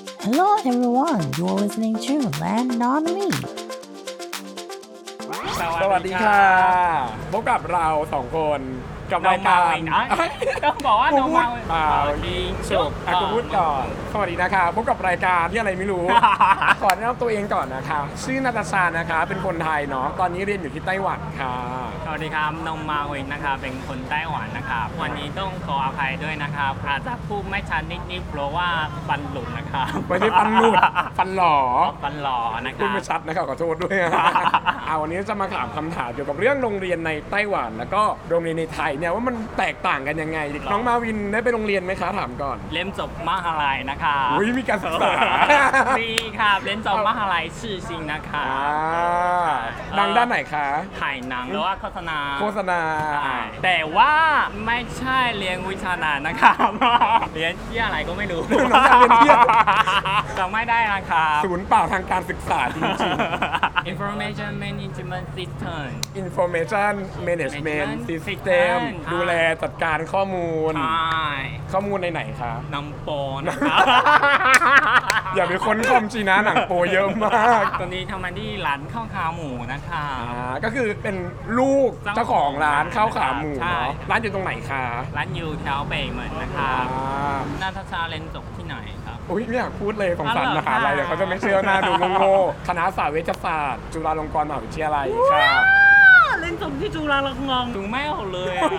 Hello everyone, you're listening to Land on Me. สวัสดีค่ะพบกับเราสองคนกับรายการต้องบอกว่าน้องเมายิงฉุกกูพูดก่อนสวัสดีนะคะพบกับรายการที่อะไรไม่รู้ ขอแนะนำตัวเองก่อนนะคะชื่อนาตาชานะคะเป็นคนไทยเนาะตอนนี้เรียนอยู่ที่ไต้หวันค่ะสวัสดีครับน้องเมาเองนะครับเป็นคนไต้หวันนะครับวันนี้ต้องขออภัยด้วยนะครับอาจจะพูดไม่ชัดนิดๆเพราะว่าฟันหลุดนะครับไม่ใช่ฟันหลุดฟันหล่อฟันหล่อนะคพูดรับไม่ชัดนะครับขอโทษด้วย วันนี้จะมาถามคำถามเกี่ยวกับเรื่องโรงเรียนในไต้หวัน แล้วก็โรงเรียนในไทยเนี่ยว่ามันแตกต่างกันยังไงน้องมาวินได้ไปโรงเรียนไหมคะถามก่อนเล่มจบมหาลัยนะครับอุ้ยมีการศึกษามีครับเล่นจบมหาลัยชื่อจริงนะครับดังด้านไหนคะถ่ายหนังหรือว่าโฆษณาโฆษณาแต่ว่าไม่ใช่เรียนวิชาการนะครับ เรียนที่อะไรก็ไม่รู้น้องอยากเรียนเทียบจำไม่ได้นะครับศูนย์เปล่าทางการศึกษาจริง Information Management System ๆ Information Management System ดูแลจัดการข้อมูลใช่ข้อมูลในไหนคะนำโปรนะครับอย่าไปค้นคอมจีนะหนังโปเยอะมากตอนนี้ทำมาที่ร้านข้าวขาหมูนะคะก็คือเป็นลูกเจ้าของร้านข้าวขาหมูใช่เนาะร้านอยู่ตรงไหนคะร้านอยู่แถวเบย์เหมือนนะครับนาตาชาเรียนจบที่ไหนครับอุ้ยไม่อยากพูดเลยสงสารอ๋อเหรอมหาลัยเดี๋ยวเขาจะไม่เชื่อหน้าดูโง่ๆคณะศาสตร์เวชศาสตร์จุฬาลงกรณ์มหาวิทยาลัยค่ะเล่นจบที่จุฬาลงกรณ์ดูไม่ออกเลยอะ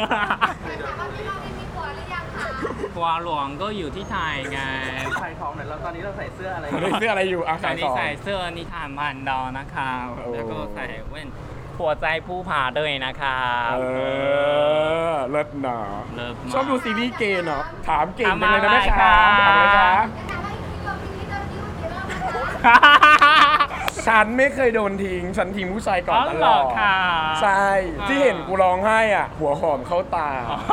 กัวหลวงก็อยู่ที่ไทยไงขายของหน่อยแล้วตอนนี้เราใส่เสื้ออะไรได้เสื้ออะไรอยู่อ่ะตอขาน ยนี้ของใส่เสื้อนิทานพันดาวนะครับโอ้แล้วก็ใส่แว่นหัวใจผู้ผ่าด้วยนะครับเลิศหนาเลิศมากชอบดูซีรีส์เกย์เนาะถามเก่งถามจังเลยนะแม่อะไรค้าคะถามเลยคะฉันไม่เคยโดนทิ้งฉันทิ้งผู้ชายก่อนตอ๋อลเหรออดค่ะใช่ที่เห็นกูร้องไห้อ่ะ หัวหอมเข้าตา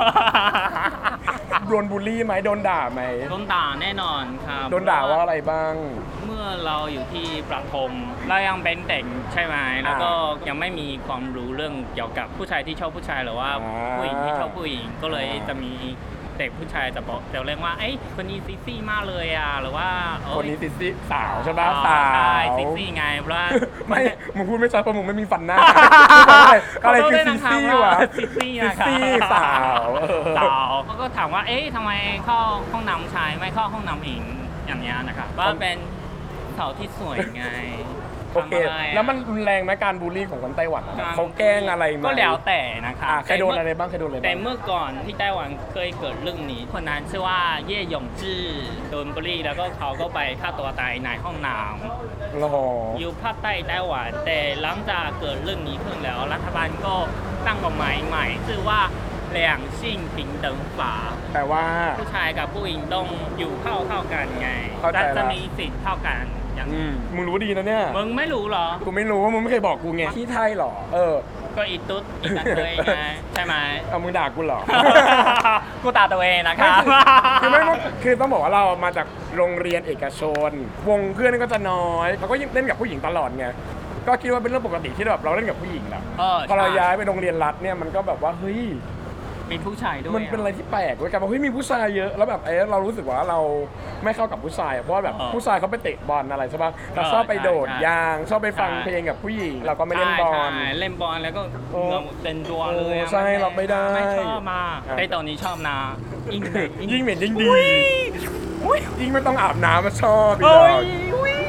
โดนบูลลี่ไหมโดนด่าไหมโดนด่าแน่นอนครับโดนด่าว่าอะไรบ้างเมื่อเราอยู่ที่ประถมเรายังเป็นเด็กใช่ไหมแล้วก็ยังไม่มีความรู้เรื่องเกี่ยวกับผู้ชายที่ชอบผู้ชายหรือว่าอ่าผู้หญิงที่ชอบผู้หญิงก็เลยจะมีเด็กผู้ชายจะบอกจะเรียกว่าเอ้ยคนนี้ซิซี่มากเลยอ่ะหรือว่าเอ้ยคนนี้ซิซี่สาวใช่ปะสาใช่วซิซี่ไงเพราะว่าไม่มึงพูดไม่ชัดเพราะมึงไม่มีฟันหน้า อะไรคือซิซี่วะซิซี่ซินะครับซี่สาวสาวเขาก็ถามว่าเอ๊ะทำไมเข้าห้องน้ำชายไม่เข้าห้องน้ำหญิงอย่างเนี้ยนะครับว่าเป็นสาวที่สวยไงโอเคทำะไรอะแล้วมันรุนแรงไหมการบูลลี่ของคนไต้หวันอะเขาแกล้งอะไรไหมก็แล้วแต่นะครับใครโดนอะไรบ้างใครโดนอะไรแต่บ้างเมื่อก่อนที่ไต้หวันเคยเกิดเรื่องนี้คนนั้นชื่อว่าเย่หยงจื้อโดนบูลลี่แล้วก็เขาก็ไปฆ่าตัวตายในห้องน้ำหรออยู่ภาคใต้ไต้หวันแต่หลังจากเกิดเรื่องนี้ขึ้นแล้วรัฐบาลก็ตั้งกฎหมายใหม่ชื่อว่า两性平等法แต่ว่าผู้ชายกับผู้หญิงต้องอยู่เท่ากันไงเข้าใจละจะมีสิทธิ์เท่ากันอย่างนี้มึงรู้ดีนะเนี่ยมึงไม่รู้เหรอกูไม่รู้ว่ามึงไม่เคยบอกกูไงที่ไทยเหรอก็อีตุ๊ดอีกันเลยไงใช่ไหมเอามึงด่ากูเหรอกูตาตัวเองนะครับคือไม่คือต้องบอกว่าเรามาจากโรงเรียนเอกชน วงเพื่อนก็จะน้อยเขาก็เล่นกับผู้หญิงตลอดไงก็คิดว่าเป็นเรื่องปกติที่แบบเราเล่นกับผู้หญิงแหละ พอเราย้ายไปโรงเรียนรัฐเนี่ยมันก็แบบว่าเฮ้ยมีผู้ชายด้วยมันเป็นอะไรที่แปลกเว้ยกันว่าเฮ้ยมีผู้ชายเยอะแล้วแบบเรารู้สึกว่าเราไม่เข้ากับผู้ชายเพราะว่าแบบผู้ชายเขาไปเตะบอลอะไรใช่ปะเราชอบไปโดดยางชอบไปฟังเพลงกับผู้หญิงเราก็ไม่เล่นบอลใช่เล่นบอลแล้วก็โอ้เราเต็มตัวเลยอะใช่เราไม่ได้ไม่ชอบมาอ่ะแต่ตอนนี้ชอบนะยิ่งเด็กยิ่งเหม็นยิ่งดียิ่งไม่ต้องอาบน้ำมาชอบอีกโอ้ดยอกอุ้ย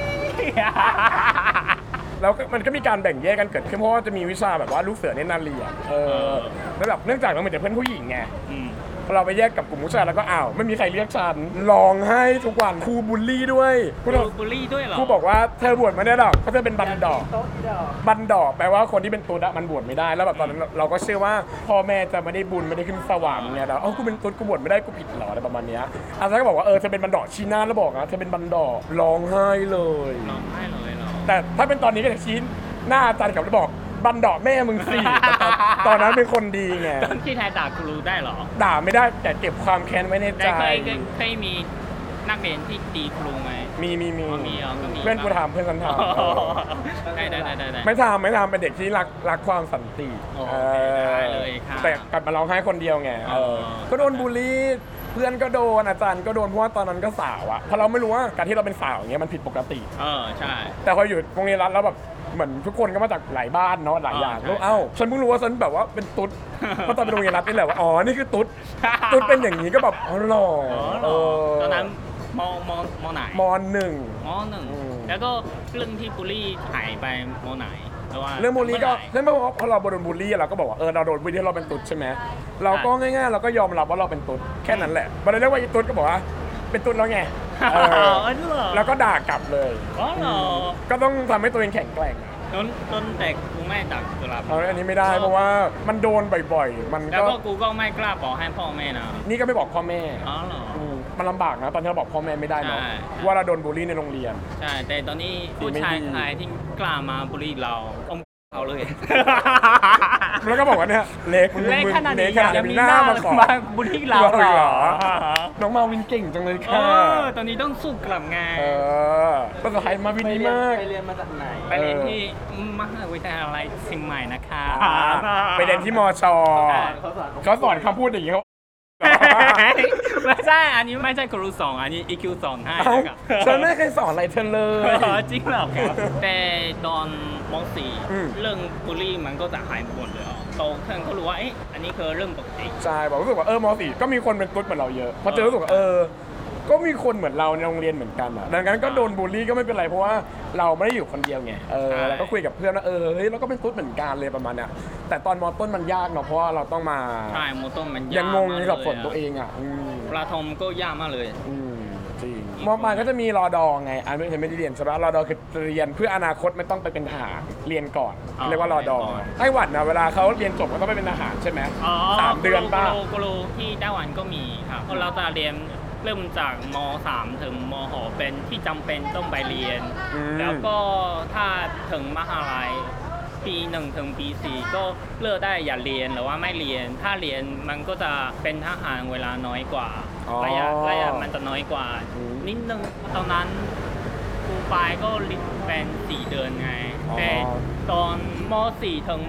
แล้วมันก็มีการแบ่งแยกกันเกิดขึ้นเพราะว่าจะมีวิชาแบบว่าลูกเสือเนตรนารีอ่ะแล้วแบบเนื่องจากเราเป็นแต่เพื่อนผู้หญิงไงอืมพอเราไปแยกกับกลุ่มผู้ชายแล้วก็อ้าวไม่มีใครเรียกฉันร้องไห้ทุกวันครูบูลลี่ด้วยครูบอกบูลลี่ด้วยเหรอครูบอกว่าเธอบวชไม่ได้หรอกเพราะเธอเป็นบันดอกโต๊ะอีดอกบันดอกแปลว่าคนที่เป็นตุ๊ดอะมันบวชไม่ได้แล้วแบบตอนนั้นเราก็เชื่อว่าพ่อแม่จะไม่ได้บุญไม่ได้ขึ้นสวรรค์ไงแต่กูเป็นตุ๊ดกูบวชไม่ได้กูผิดเหรออะไรประมาณเนี้ยอาจารย์ก็บอกว่าเธอเป็นบันดอกชี้หน้าแล้วบอกนะเธอเป็นบันดอกร้องไห้เลยร้องไห้เลยเหรอแต่ถ้าเป็นตอนนี้ก็จะชี้หน้าอาจารย์กลับแล้วบอกบันดอกแม่มึงสิแต่ตอนนั้นเป็นคนดีไงที่แท้ด่าครูได้เหรอด่าไม่ได้แต่เก็บความแค้นไว้ในใจแต่เคยมีนักเรียนที่ตีครูไหมมีอ๋อมีเหรอก็มีเพื่อนกูทำเพื่อนกันทำได้ไม่ทำเป็นเด็กที่รักความสันติโอเคได้เลยค่ะแต่กลับมาร้องไห้คนเดียวไงอ๋อก็โดนบูลลี่เพื่อนก็โดนอาจารย์ก็โดนเพราะว่าตอนนั้นก็สาวอะเพราะเราไม่รู้ว่าการที่เราเป็นสาวอย่างเงี้ยมันผิดปกติใช่แต่พออยู่โรงเรียนรัฐแล้วแบบเหมือนทุกคนก็มาจากหลายบ้านเนาะหลายอย่างใช่แล้วเอ้าฉันเพิ่งรู้ว่าฉันแบบว่าเป็นตุ๊ดเพราะตอนเป็นโรงเรียนรัฐนี่แหละว่าอ๋อนี่คือตุ๊ดเป็นอย่างนี้ก็แบบอ๋อหรอตอนนั้นมไหนมหนึ่งมหนึ่งอืมแล้วก็เรื่องที่บูลลี่หายไปมไหนหว่าเรื่องบูลลี่ก็เมื่อไหร่เรื่องพอเราโดนบูลลี่เราก็บอกว่าเราโดนบูลลี่เราเป็นตุ๊ดใช่ไหมเราก็ง่ายๆเราก็ยอมรับว่าเราเป็นตุ๊ดแค่นั้นแหละพอเราเรียกว่าอีตุ๊ดก็บอกว่าเป็นตุ๊ดแล้วไงเอออ๋อเหรอแล้วก็ด่ากลับเลยอ๋อเหรอก็ต้องทำให้ตัวเองแข็งแกร่งต้นแต่กูไม่ดักตุลาเอาอันนี้ไม่ได้เพราะว่ามันโดนบ่อยๆ มันแล้วก็ก็กูก็ไม่กล้าบอกให้พ่อแม่นะนี่ก็ไม่บอกพ่อแม่อ๋อเหรอมันลำบากนะตอนที่เราบอกพ่อแม่ไม่ได้เนาะใช่ว่าเราโดนบูลลี่ในโรงเรียนใช่แต่ตอนนี้ผู้ชายไทยที่กล้ามาบูลลี่เราเอาเลยแล้วก็บอกว่าเนี่ยเล็กมึงเล็กขนาดนี้เล็กขนาดยังนี้มีหน้าหน้ามาขอมาบูลลี่เราเหรอน้องมาวินเก่งจังเลยเอค่ะอตอนนี้ต้องสู้กลับไงภาษาไทยมาวินดีมากไปเรียนมาจากไหนไปเรียนที่มหาวิทยาลัยเชียงใหม่นะคะไปเรียนที่มชเขาสอนเขาสอนคำพูดอย่างนี้เขาไม่ใช่ อันนี้ไม่ใช่ครูสอนอันนี้ EQ สอนให้เอ้านะครับฉันไม่เคยสอนอะไรเธอเลยจริงเหรอครับแต่ตอนมอืม .4 เรื่องบูลลี่มันก็จะหายหมดเลยโตขึ้นก็รู้ว่าอันนี้คือเรื่องปกติใช่บอกรู้สึกว่ามสี่ก็มีคนเป็นตุ๊ดเหมือนเราเยอะพอเจอรู้สึกว่าก็มีคนเหมือนเราในโรงเรียนเหมือนกันอ่ะดังนั้นก็โดนบูลลี่ก็ไม่เป็นไรเพราะว่าเราไม่ได้อยู่คนเดียวไงแล้วก็คุยกับเพื่อนว่าเฮ้ยเราก็เป็นตุ๊ดเหมือนกันเลยประมาณเนี้ยแต่ตอนมต้นมันยากเนาะเพราะว่าเราต้องมาใช่โมต้นมันยัยาง กงงมากกับฝนเลยตัวเองอ่ะปลาทอมก็ยากมากเลยจริงมปลายก็จะมีรอดอไงไม่ได้เรียนใช่ปะรอดอคือเรียนเพื่ออนาคตไม่ต้องไปเป็นทหารเรียนก่อนอ๋อเรียกว่ารอดอเรียนก่อนไต้หวันนะเวลาเขาเรียนจบก็ต้องไปเป็นทหารใช่ไหม3 เดือนป้าโกโลที่ไต้หวันก็มีครับเราจะเรียนเริ่มจากม .3 ถึงม .6 เป็นที่จำเป็นต้องไปเรียน แล้วก็ถ้าถึงมหาลัยปี 1 ถึงปี 4 ก็เลือกได้อย่าเรียนหรือว่าไม่เรียน ถ้าเรียนมันก็จะเป็นทหารเวลาน้อยกว่าระยะมันจะน้อยกว่า นิดนึงตอนนั้นครูปลายก็เรียนเป็น 4 เดือนไง แต่ตอนม .4 ถึงม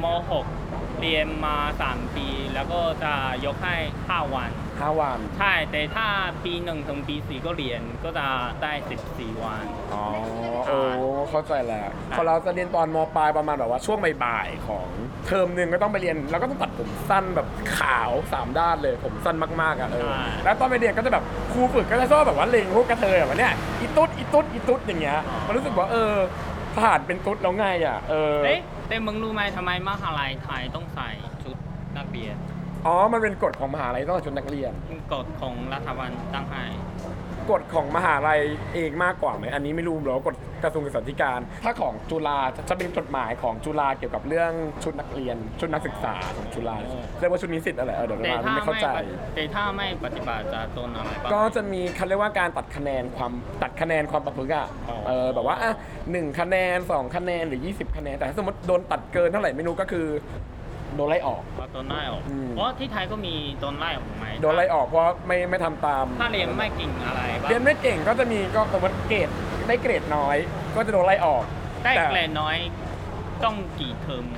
.6 เรียนมา 3 ปี แล้วก็จะยกให้ 5 วัน 5 วันใช่ แต่ถ้าปี 1 ถึงปี 4 ก็เรียนก็จะได้ 14 วันเข้าใจแล้วพอเราจะเรียนตอนมปลายประมาณแบบว่าช่วงบ่ายๆของเทอมหนึ่งก็ต้องไปเรียนแล้วก็ต้องตัดผมสั้นแบบขาว3 ด้านเลยผมสั้นมากๆอ่ะแล้วตอนไปเรียนก็จะแบบครูฝึกก็จะชอบแบบว่าเล็งพวกกระเทยแบบว่าเนี่ยอีตุ๊ดอย่างเงี้ยมันรู้สึกว่าผ่านเป็นตุ๊ดแล้วไงอ่ะแต่มึงรู้ไหมทำไมมหาลัยไทยต้องใส่ชุดนักเรียนมันเป็นกฎของมหาลัยต้องใส่ชุดนักเรียนกฎของรัฐบาลตั้งให้กฎของมหาลัยเองมากกว่าไหมอันนี้ไม่รู้หรอกกฎกระทรวงศึกษาธิการ ถ้าของจุฬาจะเป็นกฎหมายของจุฬาเกี่ยวกับเรื่องชุดนักเรียน ชุดนักศึกษาของจุฬาเรียกว่าชุดนิสิตอะไรเดี๋ยวแต่เราถ้าไม่เข้าใจแต่ถ้าไม่ปฏิบัติจะโดนอะไรบ้างก็จะมีเขาเรียกว่าการตัดคะแนนความประพฤติอ่ะแบบว่า1 คะแนน 2 คะแนนหรือ 20 คะแนนแต่ถ้าสมมติโดนตัดเกินเท่าไหร่ไม่รู้ก็คือโดนไล่ออกโดนไล่ออกเพราะที่ไทยก็มีโดนไล่ออกไหมโดนไล่ออกเพราะไม่ทำตามถ้าเรียนไม่เก่งอะไรบ้างเรียนไม่เก่งก็จะมีก็สมมติเกรดได้เกรดน้อย ก็จะโดนไล่ออกได้เกรดน้อยต้องกี่เทอม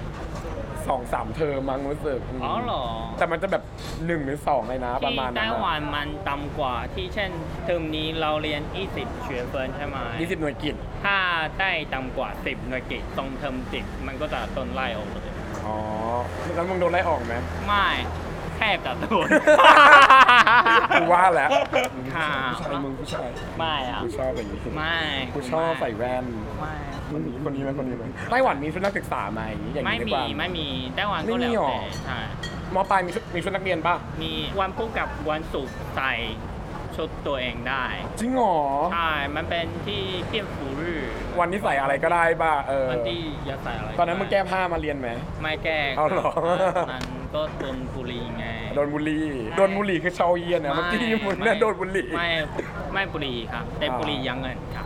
2-3 เทอมมั้งรู้สึกอ๋อเหรอแต่มันจะแบบ1 หรือ 2เลยนะประมาณที่นั้ไต้นหวันมันต่ำกว่าที่เช่นเทอมนี้เราเรียน20学分ใช่ไหม 20 หน่วยกิตถ้าได้ต่ำกว่า 10 หน่วยกิตตรงเทอม10มันก็จะโดนไล่ออกเลยอ๋อแล้วมึงโดนไล่ออกไหมไม่แค่กับโดนกูว่าแล้วค่ะผู้ชายไม่อะกูชอบอย่างนี้ไม่กูชอบใส่แว่นไม่คนนี้ไหมไต้หวันมีชุดนักศึกษาไหมอย่างไม่นี้ดีมีกว่าไม่มีไต้หวันไม่ก็มีแล้วหรอแต่ใช่มปลายมีชุดนักเรียนป่ะมีวันพุธกับวันศุกร์ใส่ชุดตัวเองได้จริงเหรอใช่มันเป็นที่เที่ยงฟูรื่อวันนี้ใส่อะไรก็ได้ป่ะวันที่อยากใส่อะไรตอนนั้นมึงแก้ผ้ามาเรียนไหมไม่แก้เอาเหรอตอนนั้นก็โดนบุหรี่ไงโดนบุหรี่คือชาวเยียนนะเมื่อกี้มึงเนี่ยโดนบุหรี่ไม่บุหรี่ครับแต่อ๋อบุหรี่ยังเงินครับ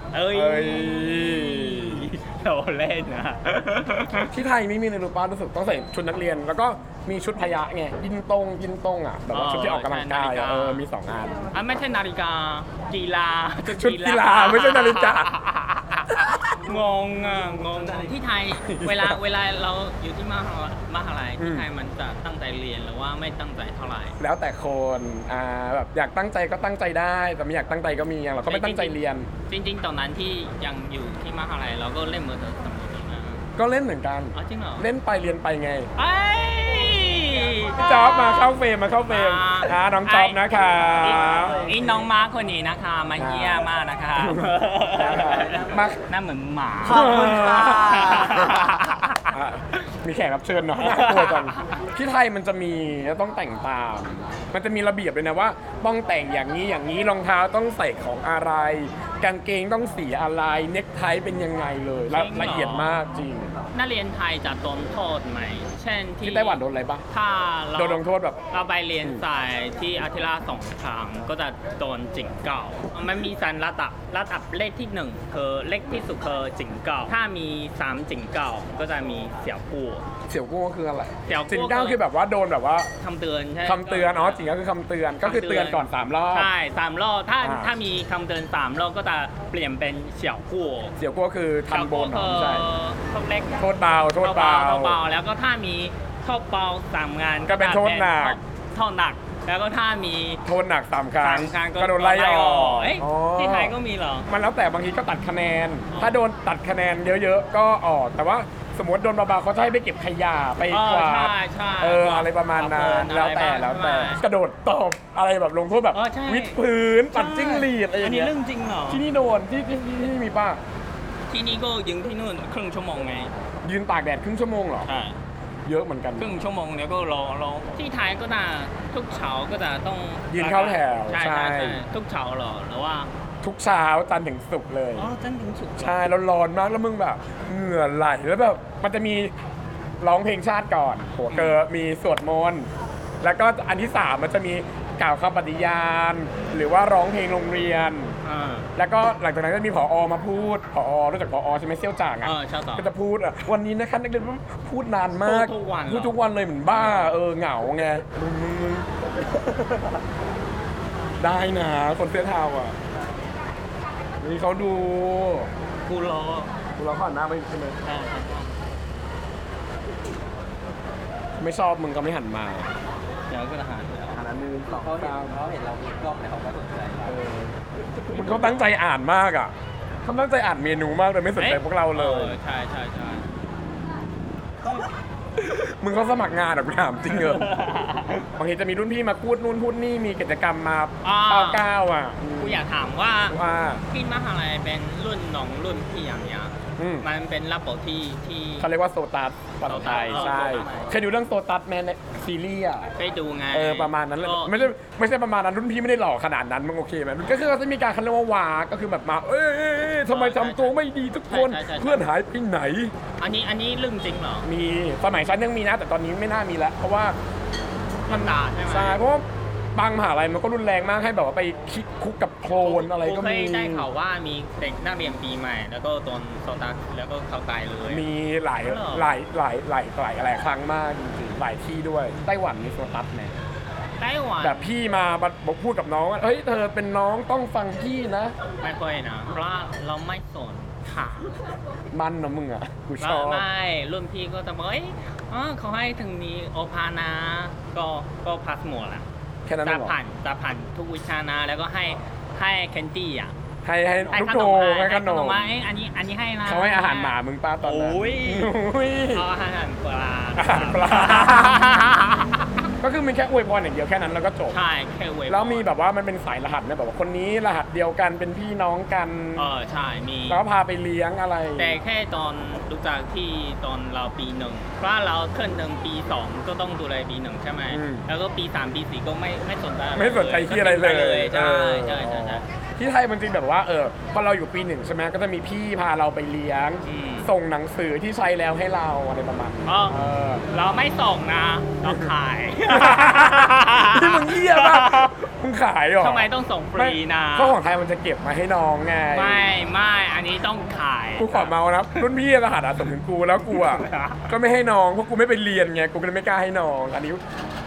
เราเล่นนะที่ไทยไม่มีเลยรู้ป่ะรู้สึกต้องใส่ชุดนักเรียน แล้วก็มีชุดพยะไงยินตรงอ่ะแบบว่าชุดที่ออกกำลังกายอะมี2 อันไม่ใช่นาฬิกากีฬาชุดกีฬาไม่ใช่นาฬิกางงอ่ะงงที่ไทยเวลาเราอยู่ที่มหาลัยที่ไทยมันจะตั้งใจเรียนหรือว่าไม่ตั้งใจเท่าไหร่แล้วแต่คนแบบอยากตั้งใจก็ตั้งใจได้แต่ไม่อยากตั้งใจก็มีอย่างเราก็ไม่ตั้งใจเรียนจริงๆตอนนั้นที่ยังอยู่ที่มหาลัยเราก็เล่นมือถือสมุดนะก็เล่นเหมือนกันอ๋อจริงเหรอเล่นไปเรียนไปไงไอ้พี่จ๊อบมาเข้าเฟรมน้องจ๊อบนะคะอีน้องมาร์คคนนี้นะคะมาเยี่ยมมากนะคะมาหน้าเหมือนหมาขอบคุณค่ะมีแขกรับเชิญเนาะตัวจังที่ไทยมันจะมีต้องแต่งตาม มันจะมีระเบียบเลยนะว่าต้องแต่งอย่างนี้รองเท้าต้องใส่ของอะไร กางเกงต้องสีอะไรเน็กไทเป็นยังไงเลยละเอียดมากจริงนักเรียนไทยจะโดนโทษไหมเช่นที่ที่ไต้หวันโดนอะไรปะถ้าเราโดนลงโทษแบบเราไปเรียนสายที่อาทิตย์ละ2 ครั้งก็จะโดนจิงเก่ามันมีสันระดับเลขที่1คือเลขที่สุดคือจิงเก่าถ้ามี3จิงเก่าก็จะมีเสี่ยวกู้เสี่ยวกู้ก็คืออะไรเสี่ยวกู้จินก้าวคือแบบว่าโดนแบบว่าคำเตือนใช่คำเตือนจริงก็คือคำเตือนก็คือเตือนก่อน3 รอบใช่3 รอบถ้าอ่าถ้ามีคำเตือน3 รอบก็จะเปลี่ยนเป็นเสี่ยวกู้เสี่ยวกู้ก็คือทันโบนไม่ใช่โทษเล็กโทษเบาโทษเบาเบาแล้วก็ถ้ามีโทษเบา3 งานก็เป็นโทษหนักโทษหนักแล้วก็ถ้ามีโทษหนัก3 ครั้ง 3 ครั้งก็โดนไล่ออกเอ้ยอ๋อที่ไทยก็มีเหรอมันแล้วแต่บางทีก็ตัดคะแนน ถ้าโดนตัดคะแนนเยอะๆก็ออก แต่ว่าสมมติโดนเบาๆเขาจะให้ไปเก็บขยะไปกวาดใช่อะไรประมาณนั้นเอาแล้วเกิแต่นแล้วแต่อะไรบ้างกระโดดตบอะไรแบบลงโทษแบบใช่วิดพื้นปัดจิ้งหรีดอะไรออัย่าน งนี้เงี้ยเรื่องจริงเหรอที่นี่โดนที่มีป้าที่นี่ก็ยิงที่นู่นครึ่งชั่วโมงไงยืนตากแดดครึ่งชั่วโมงเหรอใช่เยอะเหมือนกันครึ่งชั่วโมงแล้วก็รอที่ไทยก็จะทุกเช้าก็จะต้องยืนเข้าแถวใช่ใช่ทุกเช้าเหรอหรือว่าทุกเช้าจันทร์ถึงศุกร์เลยอ๋อจันทร์ถึงศุกร์ใช่แล้วร้อนมากแล้วมึงแบบเหงื่อไหลแล้วแบบมันจะมีร้องเพลงชาติก่อนหัวเกอมีสวดมนต์แล้วก็อันที่ 3 มันจะมีกล่าวคำปฏิญาณ หรือว่าร้องเพลงโรงเรียน แล้วก็หลังจากนั้นก็มีผอมาพูดผอรู้จักผอใช่ไหมเซี่ยวจ่างอ่ะชอบต่อก็จะพูดวันนี้นะคะนักเรียนพูดนานมากพูดทุกวันเหรอพูดทุกวันเลยเหมือนบ้าเหงาไงมึงได้นะคนเสื้อเทาอ่ะนี่เขาดูกูรอเราขอหน้าไม่ใช่ไหมใช่ไม่ชอบมึงก็ไม่หันมาเดี๋ยวก็จะหาแล้วหันอันนึงสองเขาเห็นสามเขาเห็นเรามีกล้องเนี่ยเขาก็สนใจเรามึงเขาตั้งใจอ่านมากอ่ะเขาตั้งใจอ่านเมนูมากเลยไม่สนใจพวกเราเลยใช่มึงเขาสมัครงานเหรอกูถามจริงเหรอบางทีจะมีรุ่นพี่มาพูดนู่นพูดนี่มีกิจกรรมมาก้าวอ่ะกูอยากถามว่าว่าที่มหาลัยเป็นรุ่นน้องรุ่นพี่อย่างเงี้ยอืมมันเป็นระบบที่เขาเรียกว่าโซตัสภาษาไทยโซตัสใช่โซตัสเคยดูเรื่องโซตัสแมในซีรีส์อ่ะไปดูไงประมาณนั้นเลยก็ไม่ใช่ประมาณนั้นรุ่นพี่ไม่ได้หล่อขนาดนั้นมึงโอเคไหมก็คือเขาจะมีการเขาเรียกว่าวาก็คือแบบมาทำไมทำตัวไม่ดีทุกคนใช่เพื่อนหายไปไหนอันนี้เรื่องจริงเหรอมีสมัยฉันยังมีนะ แต่ตอนนี้ไม่น่ามีแล้ว เพราะว่ามันด่าใช่ไหมใช่เพราะว่าบางมหาลัยมันก็รุนแรงมากให้แบบว่าไปคิดคุกกับโคลนอะไรก็เคมียได้ข่าวว่ามีเด็กนักเรียนปีใหม่ แล้วก็โดนโซตัสแล้วก็เขาตายเลยมีหลายเหรอหลายครั้งมากจริงๆหลายที่ด้วยไต้หวันมีโซตัสแน่ไต้หวันแบบพี่มาบอกพูดกับน้องว่าเฮ้ยเธอเป็นน้องต้องฟังพี่นะไม่ค่อยนะเพราะว่าเราไม่สนค่ะมันนะมึงอ่ะกูชอบไม่รุ่นพี่ก็จะบอกเขาให้ถึงนี้โอภานะก็พัสหมดละแค่นั้นจะเองเหรอผ่านทุกวิชานะแล้วก็ให้แคนดี้อ่ะให้ลูกโดให้ขนมมาอันนี้ให้นะเขาให้อาหารหมามึงป้าตอนนั้นโอ้ยโอ้ยเอาอาหารปลาอาหารปลา ก็คือมันแค่อวยพรอย่างเดียวแค่นั้นแล้วก็จบใช่แค่เวฟแล้วมีแบบว่ามันเป็นสายรหัสนะแบบว่าคนนี้รหัสเดียวกันเป็นพี่น้องกันใช่มีแล้วก็พาไปเลี้ยงอะไรแต่แค่ตอนรู้จักที่ตอนเราปี 1เพราะเราขึ้น1ปี 2ก็ต้องดูแลปี 1ใช่ไหมแล้วก็ปี 3 ปี 4ก็ไม่สนใจไม่สนใจที่อะไรเลยใช่เออใช่ที่ไทยมันจริงแบบว่าพอเราอยู่ปี 1ใช่ไหมก็จะมีพี่พาเราไปเลี้ยง ส่งหนังสือที่ใช้แล้วให้เราอะไรประมาณนี้เออเราไม่ส่งนะเราขายที่มึงเหี้ยป่ะมึงขายเหรอทำไมต้องส่งฟรีนะก็ของไทยมันจะเก็บมาให้น้องไงไม่อันนี้ต้องขายกูขอเมานะรุ่นพี่รหัสส่งถึงกูแล้วกูอ่ะก็ไม่ให้น้องเพราะกูไม่ไปเรียนไงกูก็เลยไม่กล้าให้น้องอันนี้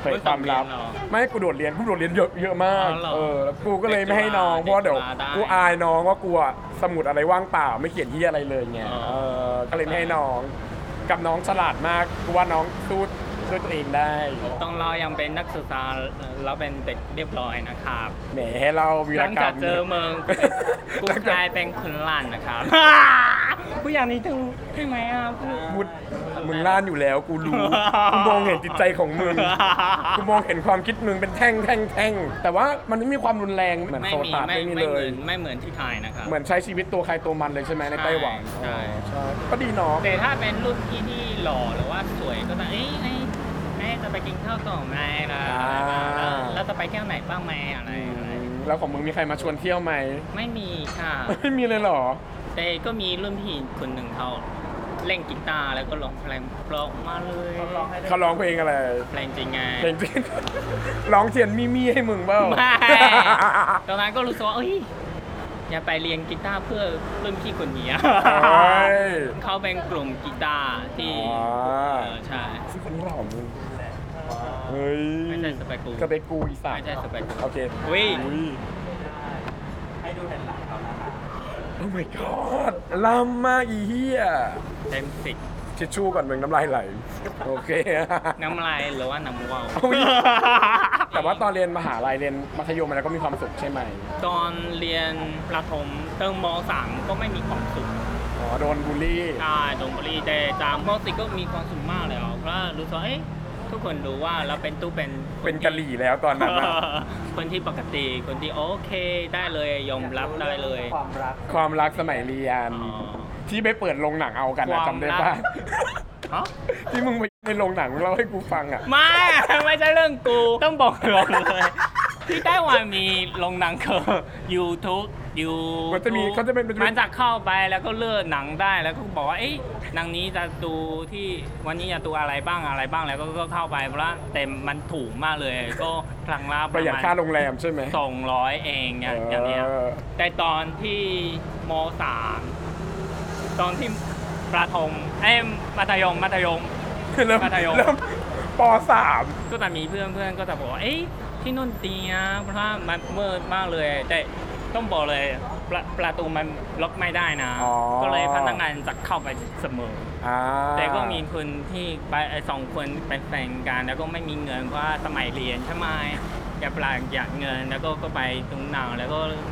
ผยความลับไม่ต้องเรียนหรอไม่กูโดดเรียนเยอะมากอ๋อเหรอแล้วกูก็เลยไม่ให้น้องเพราะว่าเดี๋ยวได้กูอายน้องว่ากูอะสมุดอะไรว่างเปล่าไม่เขียนที่อะไรเลยไงอ๋อก็เลยไม่ให้น้องกับน้องฉลาดมากกูว่าน้องสู้ด้วยตัวเองได้ต้องเรายังเป็นนักศึกษาเราเป็นเด็กเรียบร้อยนะครับแหมให้เราวีหรลังกรจาร กมเจอเมืองกูกลายเป็นคนล้านนะครับ ผู้อย่างนี้ถูกใช่ไหมอ่ะพูดมุดมึงล้านอยู่แล้วกูรู้กูมองเห็นจิตใจของมึงกูมองเห็นความคิดมึงเป็นแท่งแต่ว่ามันไม่มีความรุนแรงเหมือนไม่โซมีตาไม่ไม่มีไม่เลเหมือย นไม่เหมือนที่ไทยนะครับเหมือนใช้ชีวิตตัวใครตัวมันเลยใช่ไหมในไต้หวันใช่ใช่ก็ดีเนาะแต่ถ้าเป็นรุ่นพี่ที่หล่อหรือว่าสวยก็จะจะไปกินข้าวก่อนไหมล่ะแล้วจะไปเที่ยวไหนบ้างไหมอะไรแล้วของมึงมีใครมาชวนเที่ยวไหมไม่มีค่ะไม่มีเลยเหรอแต่ก็มีรุ่นพี่คนหนึ่งเขาเล่นกีตาร์แล้วก็ร้องเพลงเพราะมาเลยเขาร้องเพลงอะไรเพลงจริงไงเพลงจริง ร้องเทียนมีให้มึงเปล่าไม่ตอนนั้นก็รู้สึกว่าเอ้ยอย่าไปเรียนกีตาร์เพื่อรุ่นพี่คนนี้เฮ้ยเขาเป็นกลุ่มกีตาร์ที่อ๋อใช่ซึ่งคนนี้หล่อมึงเฮ้ยไม่ใช่สเปคกูกระเบกูอีสานไม่ใช่สเปคกูโอเคอุ้ยให้ดูแผ่นหลังเขานะครับโอ้ my god ล้ำมากอีเหี้ยเต็มสิบทิชชู่ก่อนมึงน้ำลายไหล โอเคน้ำลายหรือว่าน้ำว่าวอุ๊ย แต่ว่าตอนเรียนมหาลัยเรียนมัธยมอะไรก็มีความสุขใช่ไหมตอนเรียนประถมเติมม.3 ก็ไม่มีความสุขอ๋อโดนบูลลี่ใช่ตรงบุรีแต่จากม.4 ก็มีความสุขมากเลยอ่ะเพราะรู้สึกว่าเอ๊ะทุกคนรู้ว่าเราเป็นตู้เป็นคนเป็นที่กะหรี่แล้วตอนนั้นอะคนที่ปกติคนที่โอเคได้เลยยอมรับได้เลยความรักความรักสมัยเรียนอ๋อที่ไปเปิดโรงหนังเอากันนะความจำได้รัป่ะก ฮะที่มึงไปในโรงหนังเล่าให้กูฟังอ่ะไม่ ไม่ใช่เรื่องกูต้องบอกก่อนเลยที่ไต้หวันมีโรงหนังคือ YouTube มันจะมีเขาจะเป็นมันจะเข้าไปแล้วก็เลือกหนังได้แล้วก็บอกว่าเอ๊ะหนังนี้จะดูที่วันนี้จะดูอะไรบ้างแล้วก็เข้าไปเพราะว่าแต่มันถูกมากเลยก็ครั้งละประหยัดค่าโรงแรมใช่ไหม 200เองอย่างเนี้ยเออแต่ตอนที่ม.3 ตอนที่ประถมมัธยมเริ่มมัธยมเริ่มปก็จะมีเพื่อนก็จะบอกว่า เอ๊ะที่นู่นดีนะเพราะว่ามันมืดมากเลย แต่ต้องบอกเลยประตูมันล็อกไม่ได้นะ ก็เลยพนักงานจะเข้าไปเสมอ แต่ก็มีคนที่ไปสองคนเป็นแฟนกันแล้วก็ไม่มีเงินเพราะว่าสมัยเรียนใช่ไหมอยากเงินแล้วก็ไปตรงหนังแล้วก็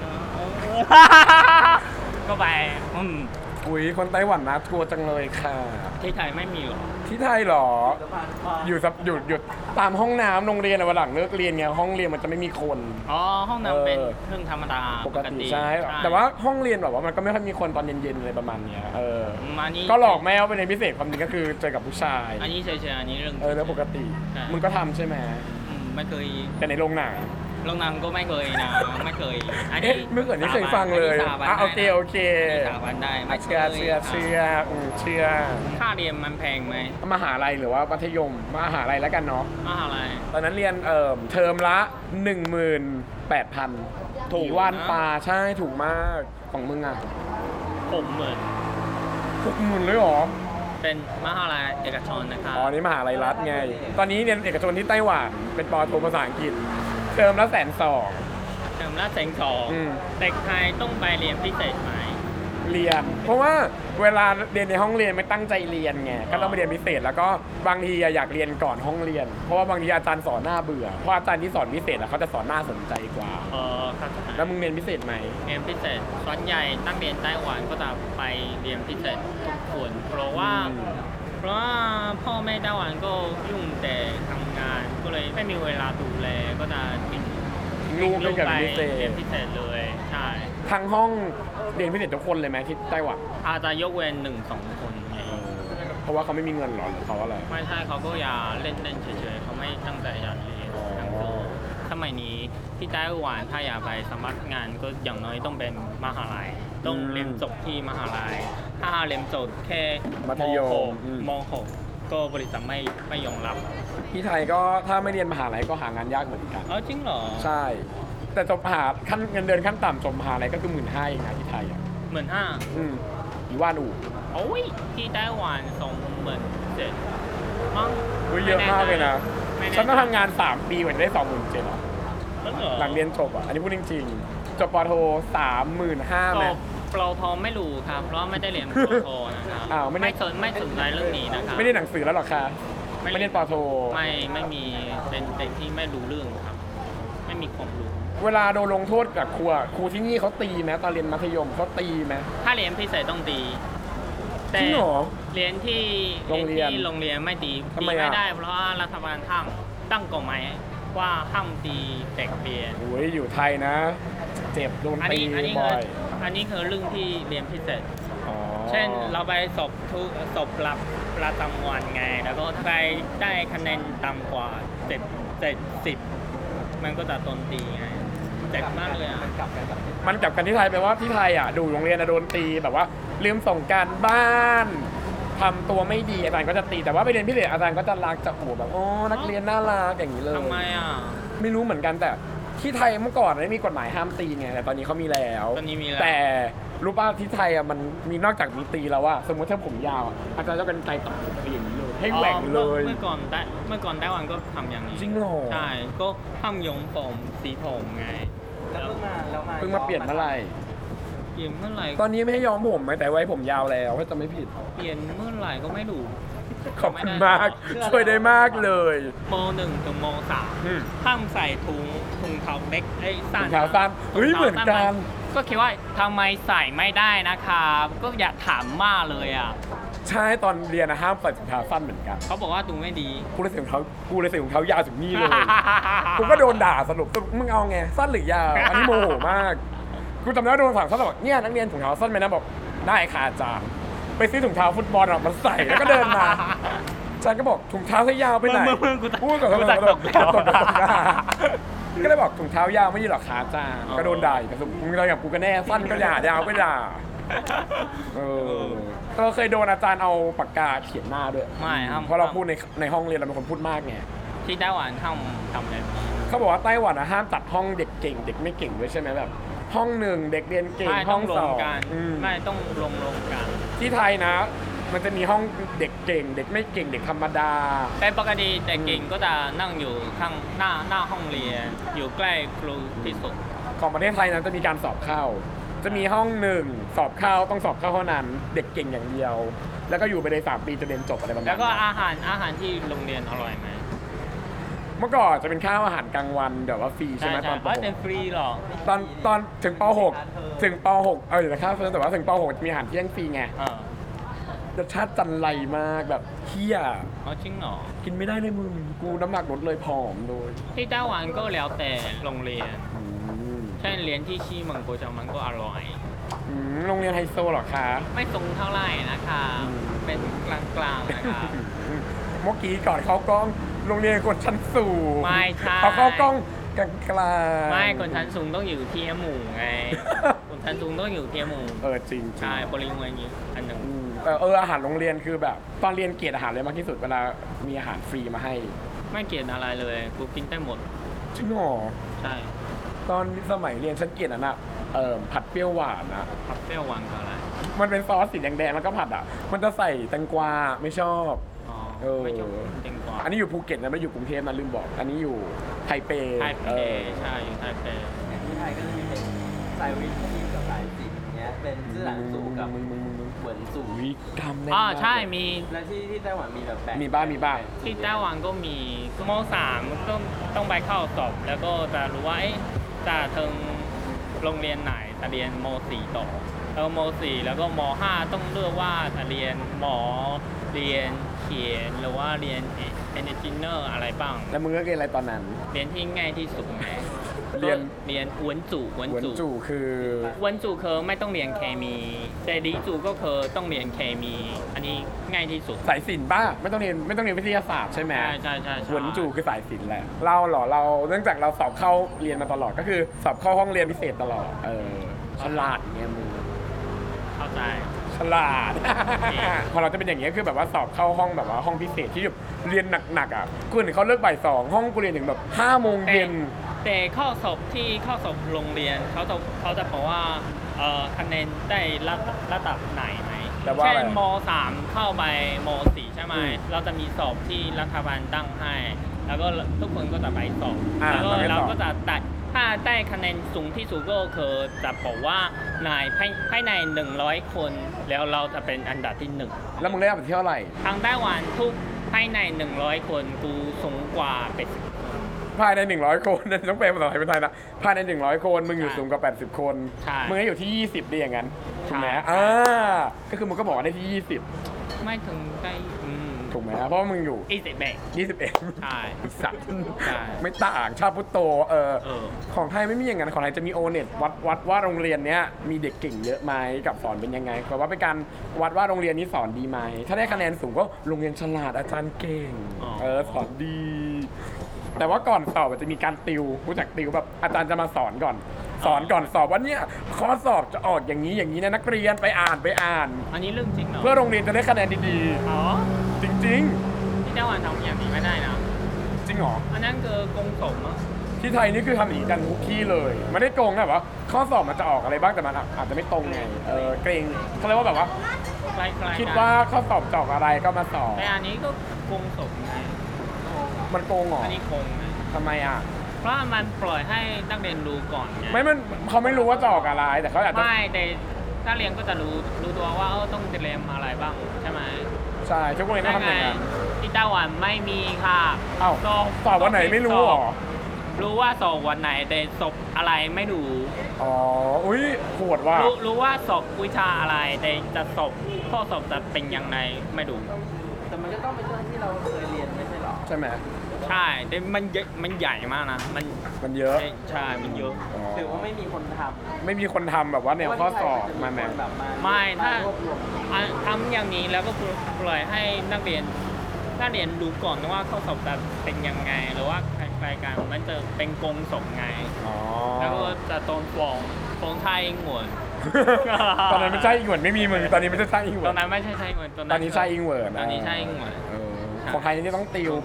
ก็ไปอุ้ยคนไต้หวันนะทัวร์จังเลยค่ะที่ไทยไม่มีหรอกที่ไทยเหรอ อยู่ตามห้องน้ำโรงเรียนอะวันหลังเลิกเรียนไงห้องเรียนมันจะไม่มีคนอ๋อห้องน้ำเป็นเรื่องธรรมดาปกติใช่แต่ว่าห้องเรียนแบบว่ามันก็ไม่ค่อยมีคนตอนเย็นๆอะไรประมาณเนี้ยมานี่ก็หลอกแม่ว่าเป็นในพิเศษความจริงก็คือเจอกับผู้ชายอันนี้เฉยๆอันนี้เรื่องแล้วปกติใช่มึงก็ทำใช่ไหมไม่เคยแต่ในโรงหนังโรงหนังก็ไม่เคยนะไม่เคยอันนี้เอ๊ะเมื่อก่อนนี้เคยฟังเลยสาบานอ่ะได้โอเคสาบานได้ไม่เชื่อคยเชื่อค่าเรียนมันแพงไหมมหาลัยหรือว่ามัธยมมหาลัยแล้วกันเนาะมหาลัยตอนนั้นเรียนเทอมละ 18,000 ถูกกี่วันนะปลาใช่ถูกมากของมึงอ่ะ 60,000 60,000เลยเหรอเป็นมหาลัยเอกชนนะครับอ๋อนี่มหาลัยรัฐไง ตอนนี้เรียนเอกชนที่ไต้หวันเป็นปอโทภาษาอังกฤษเทอมละ120,000 เทอมละ120,000 อืมเด็กไทยต้องไปเรียนพิเศษไหมเรียน เพราะว่าเวลาเรียนในห้องเรียนไม่ตั้งใจเรียนไงก็ต้องไปเรียนพิเศษแล้วก็บางทีอยากเรียนก่อนห้องเรียน เพราะว่าบางทีอาจารย์สอนหน้าเบื่อเพราะอาจารย์ที่สอนพิเศษเขาจะสอนหน้าสนใจกว่าเข้าใจแล้วมึงเรียนพิเศษไหมเรียนพิเศษส่วนใหญ่นักเรียนไต้หวันก็จะไปเรียนพิเศษทุกคนเพราะว่าพ่อแม่ไต้หวันก็ยุ่งแต่ทำงานก็เลยไม่มีเวลาดูแลก็จะทิ้งลูกให้กับไปพิเศเรียษนพิเศษเลยใช่ทั้งห้องเรียนพิเศษทุกคนเลยไหมที่ไต้หวันอาจจะยกเว้น1-2 คนไงเพราะว่าเขาไม่มีเงินหรอหรือเขาอะไรไม่ใช่เขาก็อยากเล่นเฉยๆเขาไม่ตั้งใจอยากเรียนทั้งตัวสมัยนี้ที่ไต้หวันถ้าอยากไปสมัครงานก็อย่างน้อยต้องเป็นมหาลัยต้องเรียนจบที่มหาลัยถ้าเรียนจบแค่มัธยมม.6 ก็บริษัทไม่ยอมรับที่ไทยก็ถ้าไม่เรียนมหาลัยก็หางานยากเหมือนกันจริงเหรอใช่ แต่จบมหาขั้นเงินเดือนขั้นต่ำจบมหาลัยก็คือ15,000เองนะที่ไทยอ่ะ 15,000 อีว่านอู่โอ้ยที่ไต้หวัน27,000 มั้งอุ๊ยเยอะมากเลยนะไม่แน่ใจฉันต้องทำงาน 3 ปีกว่าจะได้ 27,000หรอแล้วเหรอหลังเรียนจบอ่ะ อันนี้พูดจริงๆ จบปโท 35,000ไหมปลอโทไม่รู้ครับ เพราะไม่ได้เรียนปลอโทนะครับอ้าวไม่ได้ไม่สนใจเรื่องนี้นะครับไม่ได้หนังสือแล้วหรอคะ ไม่เรียนปโทไม่มีเป็นเด็กที่ไม่รู้เรื่องครับ ไม่มีความรู้เวลาโดนลงโทษกับครูที่นี่เขาตีไหมตอนเรียนมัธยมเขาตีไหมถ้าเรียนพิเศษต้องตีแต่จริงเหรอเรียนที่โรงเรียนที่โรงเรียนไม่ตีทำตีไมอะไม่ได้เพราะว่ารัฐบาลห้ามตั้งกฎหมายว่าห้ามตีเด็กเรียนโอ้ยอยู่ไทยนะ เจ็บโดนอันตีนี้บ่อยอันนี้คือเรื่องที่เรียนพิเศษอ๋อเช่นเราไปสอบรับประจำวันไง แล้วก็ถ้าไปได้คะแนนต่ำกว่า70มันก็จะโดนตีไงเจ็บมากเลยอ่ะมันกลับกันแบบมันกลับกันที่ไทยแปลว่าที่ไทยอ่ะดูโรงเรียนอะโดนตีแบบว่าลืมส่งการบ้านทำตัวไม่ดีอาจารย์ก็จะตีแต่ว่าไปเรียนพิเศษอาจารย์ก็จะรักจะโอบแบบโอ้นักเรียนน่ารักอย่างนี้เลยทำไมอ่ะไม่รู้เหมือนกันแต่ที่ไทยเมื่อก่อนไม่มีกฎหมายห้ามตีไงแต่ตอนนี้เขามีแล้วตอนนี้มีแล้วแต่รู้ป่ะที่ไทยอ่ะมันมีนอกจากมีตีแล้วว่าสมมติถ้าผมยาวอะอาจารย์จะเป็นไกลตัดผมอะไรอย่างนี้เลยให้แหว่งเลยเมื่อก่อนไต้หวันก็ทำอย่างนี้จริงเหรอใช่ก็ห้ามยงผมสีผมไงแล้วเพิ่งมาเปลี่ยนเมื่อไหร่เปลี่ยนเมื่อไหร่ตอนนี้ไม่ให้ย้อมผมไหมแต่ไว้ผมยาวแล้วถ้าจะไม่ผิดเปลี่ยนเมื่อไหร่ก็ไม่รู้ขอบคุณมาก ช่วยได้มากเลยม .1 ถึงมอืม .3 ห้ามใส่ถุงเท้าเล็กไอ้สั้นถุงเท้าสั้นเฮ้ยเหมือนกันก็คิดว่าทำไมใส่ไม่ได้นะครับก็อยากถามมากเลยอ่ะใช่ตอนเรียนนะห้ามใส่ถุงเท้าสั้นเหมือนกันเขาบอกว่าดูไม่ดีกูเลยใส่ถุงเท้ายาวถึงนี่เลย กูก็โดนด่าสรุปมึงเอาไงสั้นหรือยาวอันนี้โมโหมากกูจำได้ว่าโดนถามเขาบอกเนี่ยนักเรียนถุงเท้าสั้นไหมนะบอกได้ค่ะอาจารย์ไปซื้อถุงเท้าฟุตบอลออกมาใส่แล้วก็เดินมาอาจารย์ก็บอกถุงเท้าให้ยาวไปไหนมึงกูตัดพูดก่อนกูตัดตกแล้วก็เลยบอกถุงเท้ายาวไม่ใช่หรอคะอาจารย์ก็โดนด่าอีกแต่มึงอะไรกับกูกันแน่สั้นก็ด่ายาวก็ด่าก็เคยโดนอาจารย์เอาปากกาเขียนหน้าด้วยไม่ครับเพราะเราพูดในห้องเรียนเราเป็นคนพูดมากไงที่ไต้หวันทำแบบนี้เขาบอกว่าไต้หวันอะห้ามจัดห้องเด็กเก่งเด็กไม่เก่งด้วยใช่ไหมแบบห้องหนึ่งเด็กเรียนเก่งไม่ห้ต้ออง งรสวอมงกันอืมไม่ต้องรวมกันที่ไทยนะ มันจะมีห้องเด็กเก่ง เด็กไม่เก่งเด็กธรรมดาแต่ปกติเด็กเก่งก็จะนั่งอยู่ข้างหน้าห้องเรียน อยู่ใกล้ครูที่สุดของประเทศไทยนั้นจะมีการสอบเข้า จะมีห้องหนึ่งสอบเข้าต้องสอบเข้าเท่านั้น เด็กเก่งอย่างเดียว แล้วก็อยู่ไปเลย3 ปีจะเรียนจบอะไรประมาณแล้วก็นั้นอาหารที่โรงเรียนอร่อยไหมเมื่อก่อนจะเป็นข้าวอาหารกลางวันเดี๋ยวว่าฟรีใช่ไหมตอนปเป็นฟรีเหรอตอนถึงป .6 ถึงป .6 อยู่ในข้าวเฟิร์แต่ว่าถึงป .6 จะมีอาหารเที่ยงฟรีไง รสชาติจันไรมากแบบเฮี้ยจริงเหรอกินไม่ได้เลยมึงกูน้ำหนักลดเลยผอมเลยที่ไต้หวันก็แล้วแต่โรงเรียนอืมเช่นเรียนที่ชีเมืองโกจามันก็อร่อยโรงเรียนไฮโซเหรอคะไม่สูงเท่าไหร่นะคะ เป็นกลางๆนะคะเมื่อกี้ก่อนเข้ากล้องโรงเรียนคนชั้นสูงไม่ใช่พอเข้ากล้องกลางกลางไม่คนชั้นสูงต้องอยู่ที่หมู่ไง คนชั้นสูงต้องอยู่ที่หมู่จริงใช่บริเวณนี้อันหนึ่งอาหารโรงเรียนคือแบบ ตอนเรียนเกรดอาหารเลยมากที่สุดเวลามีอาหารฟรีมาให้ไม่เกลียดอะไรเลยกูกินได้หมดจริงเหรอใช่ตอนสมัยเรียนฉันเกลียดอะผัดเปรี้ยวหวานอะผัดเปรี้ยวหวานกับอะไรมันเป็นซอสสีแดงๆแล้วก็ผัดอะมันจะใส่แตงกวาไม่ชอบอ๋อเออไม่ชอบเต็งกว่าอันนี้อยู่ภูเก็ตนะไม่ได้อยู่กรุงเทพนะลืมบอก อันนี้อยู่ไทเปไทเปใช่อยู่ไทเปอย่างที่ไทยก็จะมีเป็นสายวิทย์ที่กับสายศิลป์เนี้ยเป็นซื่อหลังสูงกับมึงเหมือนสูงวิกรรมแน่นอ๋อมากใช่เลยมีและที่ไต้หวันมีแบบแบ่งมีบ้างที่ไต้หวันก็มีม .3 ต้องไปเข้าสอบ แล้วก็จะรู้ว่าจะถึงโรงเรียนไหนจะเรียนม .4 ต่อแล้วม .4 แล้วก็ม .5 ต้องเลือกว่าจะเรียนหมอเรียนเขียนหรือว่าเรียนเอนจิเนียร์อะไรบ้างแล้วมึงก็เรียนอะไรตอนนั้นเรียนที่ง่ายที่สุดไงเรียนเรียนอวนจู่หวนจู่คืออวนจู่คือไม่ต้องเรียนเคมีแต่ดีจู่ก็คือต้องเรียนเคมี อันนี้ง่ายที่สุดสายศิลป์ป้าไม่ต้องเรียนวิทยาศาสตร์ใช่ไหมใช่หวนจู่คือสายศิลป์แหละเราเหรอเราเนื่องจากเราสอบเข้าเรียนมาตลอดก็คือสอบเข้าห้องเรียนพิเศษตลอดฉลาดอย่างเงี้ยมึงเข้าใจฉลาด พอเราจะเป็นอย่างเงี้ยคือแบบว่าสอบเข้าห้องแบบว่าห้องพิเศษที่แบบเรียนหนักๆอ่ะกูเห็นเขาเลิกบ่าย2ห้องกูเรียนถึงแบบ5 โมงเย็นแต่ข้อสอบโรงเรียนเขาจะบอกว่าคะแนนได้ระดับไหนไหมแต่ว่าเช่อะไรนม .3 เข้าไปม .4 ใช่ไหมเราจะมีสอบที่รัฐบาลตั้งให้ แล้วก็ทุกคนก็จะไปสอบ แล้วก็เราก็จะได้ถ้าได้คะแนนสูงที่สุดก็คือจะบอกว่าภายใน100 คนแล้วเราจะเป็นอันดับที่ 1 แล้วมึงได้อันดับที่เท่าไหร่ทางไต้หวันทุกภายใน100 คนกูสูงกว่า80 ภายใน100 คนต้องแปลภาษาไทยเป็นไทยนะภายใน100 คนมึงอยู่ใช่สูงกว่า80 คนใช่มึงก็อยู่ที่20ดีอย่างนั้นถูกไหมใช่ก็คือมึงก็บอกว่าได้ที่ไม่ถึงได้ 20ถูกไหมเพราะว่ามึงอยู่ 21 ใช่สัตว์ใช่ไม่ต่างชาติพุทโตของไทยไม่มีอย่างนั้นของไทยจะมีโอเน็ตวัดว่าโรงเรียนเนี้ยมีเด็กเก่งเยอะไหมกับสอนเป็นยังไงเพราะว่าเป็นการวัดว่าโรงเรียนนี้สอนดีไหมถ้าได้คะแนนสูงก็โรงเรียนฉลาดอาจารย์เก่งสอนดี แต่ว่าก่อนสอบมันจะมีการติวรู้จักติวแบบอาจารย์จะมาสอนก่อนสอบว่าเนี่ยข้อสอบจะออกอย่างนี้นะนักเรียนไปอ่านอันนี้เรื่องจริงเหรอเพื่อโรงเรียนจะได้คะแนนดีอ๋อๆจริงที่ไต้หวันทำอย่างนี้ไม่ได้นะๆ จริงเหรออันนั้นคือกงสมอะที่ไทยนี่คือทำอย่างนี้กันทุกที่เลยไม่ได้โกงนะแบบว่าข้อสอบมันจะออกอะไรบ้างแต่มันอาจจะไม่ตรงไงเกรงเขาเรียกว่าแบบว่าคล้ายๆกันคิดว่าข้อสอบจะออกอะไรก็มาสอบแต่อันนี้ก็กงสมไงมันโกงเหรออันนี้โกงไงทำไมอ่ะเพราะมันปล่อยให้นักเรียนรู้ก่อนไงมันเขาไม่รู้ว่าจะออกอะไรแต่เขาอาจจะไม่แต่นักเรียนก็จะรู้ตัวว่าต้องเตรียมอะไรบ้างใช่ไหมใช่ทุกโรงเรียนต้องทำอย่างนั้นที่ไต้หวันไม่มีค่ะเอ้าสอบวันไหนไม่รู้เหรอรู้ว่าสอบวันไหนแต่สอบอะไรไม่รู้อ๋อ อุ้ยโหดว่ะรู้ว่าสอบวิชาอะไรแต่จะสอบข้อสอบจะเป็นยังไงไม่รู้แต่มันก็ต้องเป็นเรื่องที่เราเคยเรียนไม่ใช่หรอใช่ไหมใช่แต่มันใหญ่มากนะมันเยอะใช่มันเยอะหรือว่าไม่มีคนทไม่มีคนทำแบบว่าำแนวข้อสอบมาแบแม่บมาไม่ถ้ารวบรวมทำอย่างนี้แล้วก็ปล่อยให้นักเรียนรู้ก่อนว่าข้อสอบจะเป็นยังไงหรือว่าใครๆกันมันจะเป็นกงสมไงอ๋อแล้วก็จะโดนฟ้องไทยอิงหวนตอนนั้นไม่ใช่อิงเหวิร์ดไม่มีมึงตอนนี้ไม่ใช่ใช่อิงเหวิตร์อดนนั้นไม่ใช่ไทยอิงหวนตอนนี้ใช่อิงเหวิร์ดตอนนี้ใช่อิงหวนของไทยนี่ต้องติว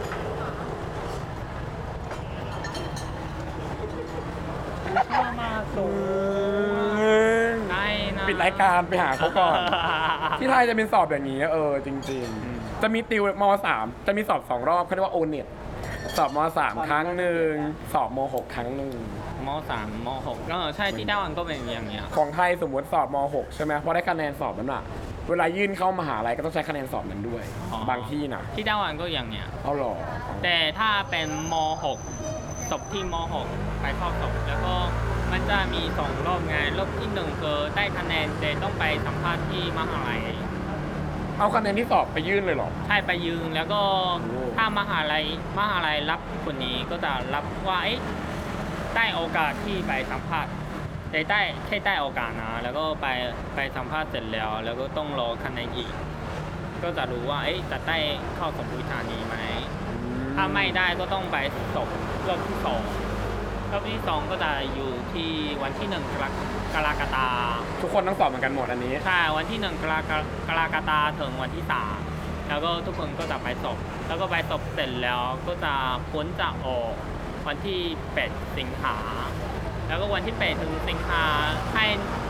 ได้นะปิดรายการไปหาเขาก่อน ที่ไทยจะเป็นสอบแบบนี้จริงๆ จะมีติวม .3 จะมีสอบ2 รอบเขาเรียกว่าโอเน็ตสอบม .3 ครั้งหนึ่งสอบม .6 ครั้งหนึ่งม.3 ม.6 ก็ใช่ที่ไต้หวันก็เป็นอย่างเงี้ยของไทยสมมติสอบม .6 ใช่ไหมเพราะได้คะแนนสอบนั้นอะเวลายื่นเข้ามหาลัยก็ต้องใช้คะแนนสอบนั้นด้วย บางที่นะที่ไต้หวันก็อย่างเงี้ยเอาหรอแต่ถ้าเป็นม .6 สอบที่ม .6 ไปเข้าสอบแล้วก็มันจะมี2 รอบไงรอบที่1คือได้คะแนนแต่ต้องไปสัมภาษณ์ที่มหาลัยเอาคะแนนที่สอบไปยื่นเลยเหรอใช่ไปยืนแล้วก็โอ้ถ้ามหาลัยรับคนนี้ก็จะรับว่าได้โอกาสที่ไปสัมภาษณ์แต่ได้แค่ได้โอกาสนะแล้วก็ไปสัมภาษณ์เสร็จแล้วก็ต้องรอคะแนนอีก ก็จะรู้ว่าจะได้เข้าสอบวิชานี้ไหมถ้าไม่ได้ก็ต้องไปสอบรอบที่2รอบที่2ก็จะอยู่ที่วันที่1กรกฎาคมทุกคนต้องสอบเหมือนกันหมดอันนี้ใช่วันที่1กรกฎาคมถึงวันที่3แล้วก็ทุกคนก็จะไปสอบแล้วก็ไปสอบเสร็จแล้วก็จะผลจะออกวันที่8 สิงหาแล้วก็วันที่8 ถึงสิงหาให้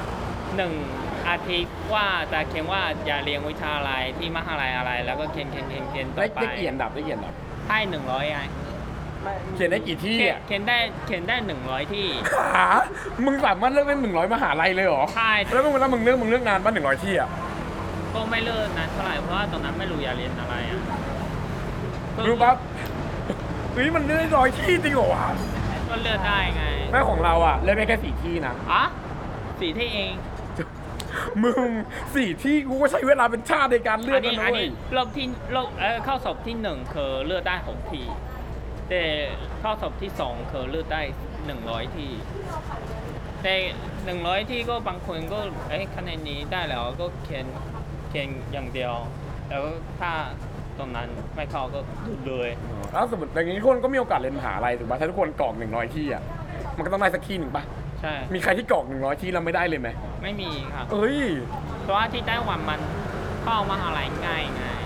1 อาทิตย์ว่าจะเขียนว่าอย่าเรียนวิชาอะไรที่มหาลัยอะไร แล้วก็เขียนต่อได้ไปได้กี่อันดับได้กี่อันดับให้100ไงไม่เขียนได้กี่ที่อ่ะเขียนได้100ที่หามึงสามารถเลือกได้100มหาลัยเลยเหรอใช่แล้วมึงเลือกนานป่ะ100ที่อ่ะก็ไม่เลิกนะเท่าไหร่เพราะว่าตอนนั้นไม่รู้อยากเรียนอะไรอ่ะรู้ป่ะเฮ้ยมันเลือกได้100ที่จริงเหรอวะก็เลือกได้ไงแม่ของเราอ่ะเลือกได้แค่4 ที่นะอ่ะสีที่เองมึง4 ที่กูก็ใช้เวลาเป็นชาติในการเลือกกันนะอันเว้นี้ยรอบที่เข้าสอบที่1คือเลือกได้6 ทีแต่เข้าสอบที่2คือเลือกได้100 ทีแต่100 ที่ก็บางคนก็คะแนนนี้ได้แล้วก็เขียนอย่างเดียว แล้วถ้าตรงนั้นไม่เข้าก็หยุดเลยแล้วสมมติอย่างนี้คนก็มีโอกาสเรียนมหาลัยถูกป่ะถ้าทุกคนกรอก100 ที่อ่ะมันก็ต้องได้สักที่หนึ่งป่ะใช่มีใครที่กรอก100 ที่แล้วไม่ได้เลยไหมไม่มีครับเอ้ยเพราะว่าที่ไต้หวันมันเข้ามหาลัยง่ายไง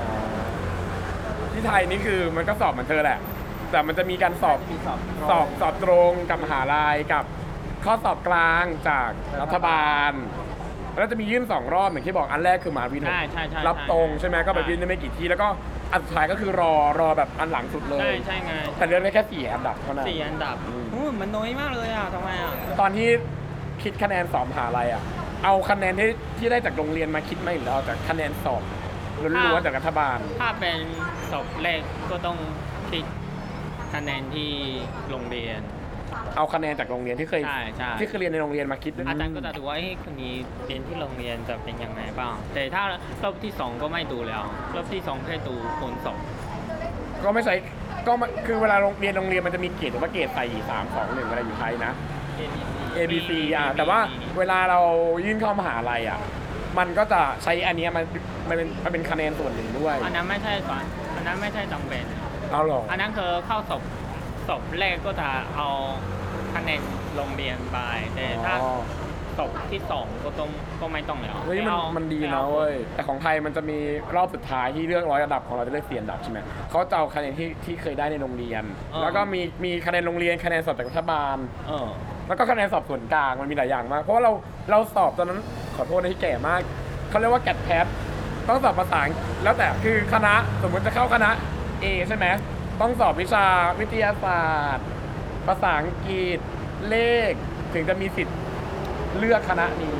ที่ไทยนี่คือมันก็สอบเหมือนเธอแหละ แต่มันจะมีการสอบมีสอบสอบตรงกับมหาลัยกับข้อสอบกลางจากรัฐบาลแล้วจะมียื่น2 รอบเหมือนที่บอกอันแรกคือมาวินใช่รับตรงใช่ไหมก็ไปยื่นได้ไม่กี่ที่แล้วก็อันสุดท้ายก็คือรอแบบอันหลังสุดเลยใช่ไงแต่เลือกได้แค่4 อันดับเท่านั้น 4 อันดับมันน้อยมากเลยอ่ะทำไมอ่ะตอนที่คิดคะแนนสอบมหาลัยอ่ะเอาคะแนนที่ได้จากโรงเรียนมาคิดไหมหรือเอาจากคะแนนสอบล้วนๆจากรัฐบาลถ้าเป็นสอบแรกก็ต้องคิดคะแนนที่โรงเรียนเอาคะแนนจากโรงเรียนที่เคยใช่ที่เคยเรียนในโรงเรียนมาคิดอาจารย์ก็จะดูว่าคนนี้เรียนที่โรงเรียนจะเป็นยังไงบ้างแต่ถ้ารอบที่ 2 ก็ไม่ดูแล้วรอบที่ 2 แค่ดูผลสอบก็ไม่ใช่ก็คือเวลาโรงเรียนมันจะมีเกรดหรือว่าเกรดใส่3 2 1อะไรอยู่ไทยนะ A B C แต่ว่าเวลาเรายื่นเข้ามหาลัยมันก็จะใช้อันนี้มันเป็นคะแนนส่วนหนึ่งด้วยอันนั้นไม่ใช่ก่อนอันนั้นไม่ใช่จำเป็นเอาหรออันนั้นคือเข้าสอบแรกก็จะเอาคะแนนโรงเรียนไปแต่ถ้าสอบที่ 2 ก็ไม่ต้องแล้วเฮ้ยมันดีนะเว้ยแต่ของไทยมันจะมีรอบสุดท้ายที่เลือก100 อันดับของเราจะเลือก4 อันดับใช่ไหมเขาจะเอาคะแนนที่เคยได้ในโรงเรียน แล้วก็มีคะแนนโรงเรียนคะแนนสอบจากรัฐบาลแล้วก็คะแนนสอบส่วนกลางมันมีหลายอย่างมากเพราะว่าเราสอบตอนนั้นขอโทษนะที่แก่มากเขาเรียกว่าแกดแพทต้องสอบภาษาแล้วแต่คือคณะสมมติจะเข้าคณะ A ใช่ไหมต้องสอบวิชาวิทยาศาสตร์ ภาษาอังกฤษเลขถึงจะมีสิทธิ์เลือกคณะนี้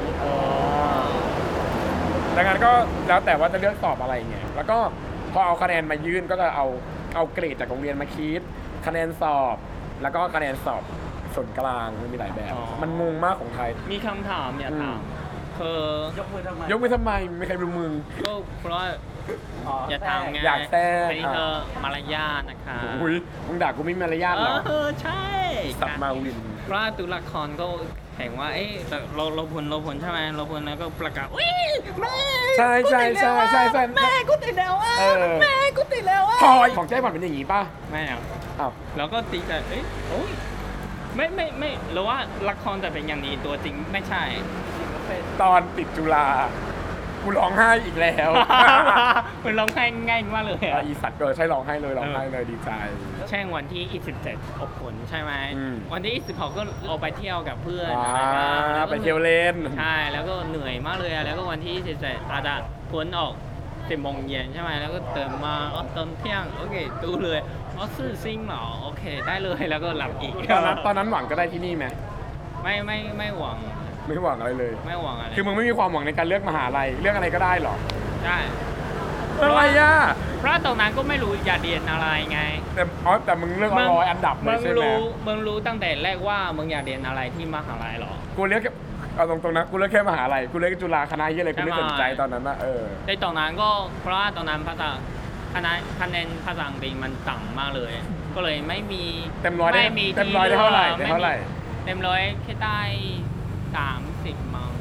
ดังนั้นก็แล้วแต่ว่าจะเลือกสอบอะไรไงแล้วก็พอเอาคะแนนมายื่นก็จะเอาเกรดจากโรงเรียนมาคิดคะแนนสอบแล้วก็คะแนนสอบส่วนกลางมันมีหลายแบบ มันงงมากของไทยมีคำถามอยากถามคือยกมือทำไมยกไปทำไมไม่ใครรู้มึงก็เพราะอย่าถามไงอยากแทรกอันนี้เธอมารยาทนะคะอุ้ยมึงด่ากูไม่มีมารยาทหรอใช่สับมาวินเพราะว่าตัวละครก็เห็นว่าเอ๊ะแต่เราผลใช่ไหมเราผลแล้วก็ประกาศอุ้ยแม่ใช่ใช่ใช่ใช่ใช่แม่กูติดแล้วอ่ะเออแม่กูติดแล้วอ่ะพอยของแจ้หวันเป็นอย่างงี้ป่ะแม่อะอ้าวเราก็ตีกันเอ้ยโอ้ยไม่เราว่าละครแต่เป็นอย่างนี้ตัวจริงไม่ใช่ตอนติดจุฬากูร้องไห้อีกแล้วมันร้องไห้ง่ายมากเลยอ่ะอีสัตว์ใช่ร้องไห้เลยร้องไห้เลยดีใจแช่งวันที่27อบผลใช่ไหมอืมวันที่26ก็ออกไปเที่ยวกับเพื่อนอ่าอะไรบ้างแล้วก็ไปเที่ยวเล่นใช่แล้วก็เหนื่อยมากเลยอะแล้วก็วันที่27อาจจะผลออก10 โมงเย็นใช่ไหมแล้วก็ตื่นมาตอนเที่ยงโอเคดูเลยซื่อซิงเหรอโอเคได้เลยแล้วก็หลับอีกตอนนั้นหวังก็ได้ที่นี่ไหมไม่หวังไม่หวังอะไรเลยไม่หวังอะไรคือมึงไม่มีความหวังในการเลือกมหาลัยเลือกอะไรก็ได้หรอใช่อะไรอ่ะเพราะตรงนั้นก็ไม่รู้อย่าเรียนอะไรไงแต่มึงเลือกเอา100 อันดับเลยใช่ไหมมึงรู้ตั้งแต่แรกว่ามึงอยากเรียนอะไรที่มหาลัยหรอกูเลือกเอาตรงๆนะกูเลือกแค่มหาลัยกูเลือกจุฬาคณะยี่อะไรกูไม่สนใจตอนนั้นนะในตอนนั้นก็เพราะว่าตอนนั้นคะแนนภาษาอังกฤษมันต่ำมากเลย ก็เลยไม่มีเต็มร้อยได้ไม่มีเต็มร้อยได้เท่าไหร่ที่ได้เท่าไหร่เต็มร้อยแค่ได้30มั้ง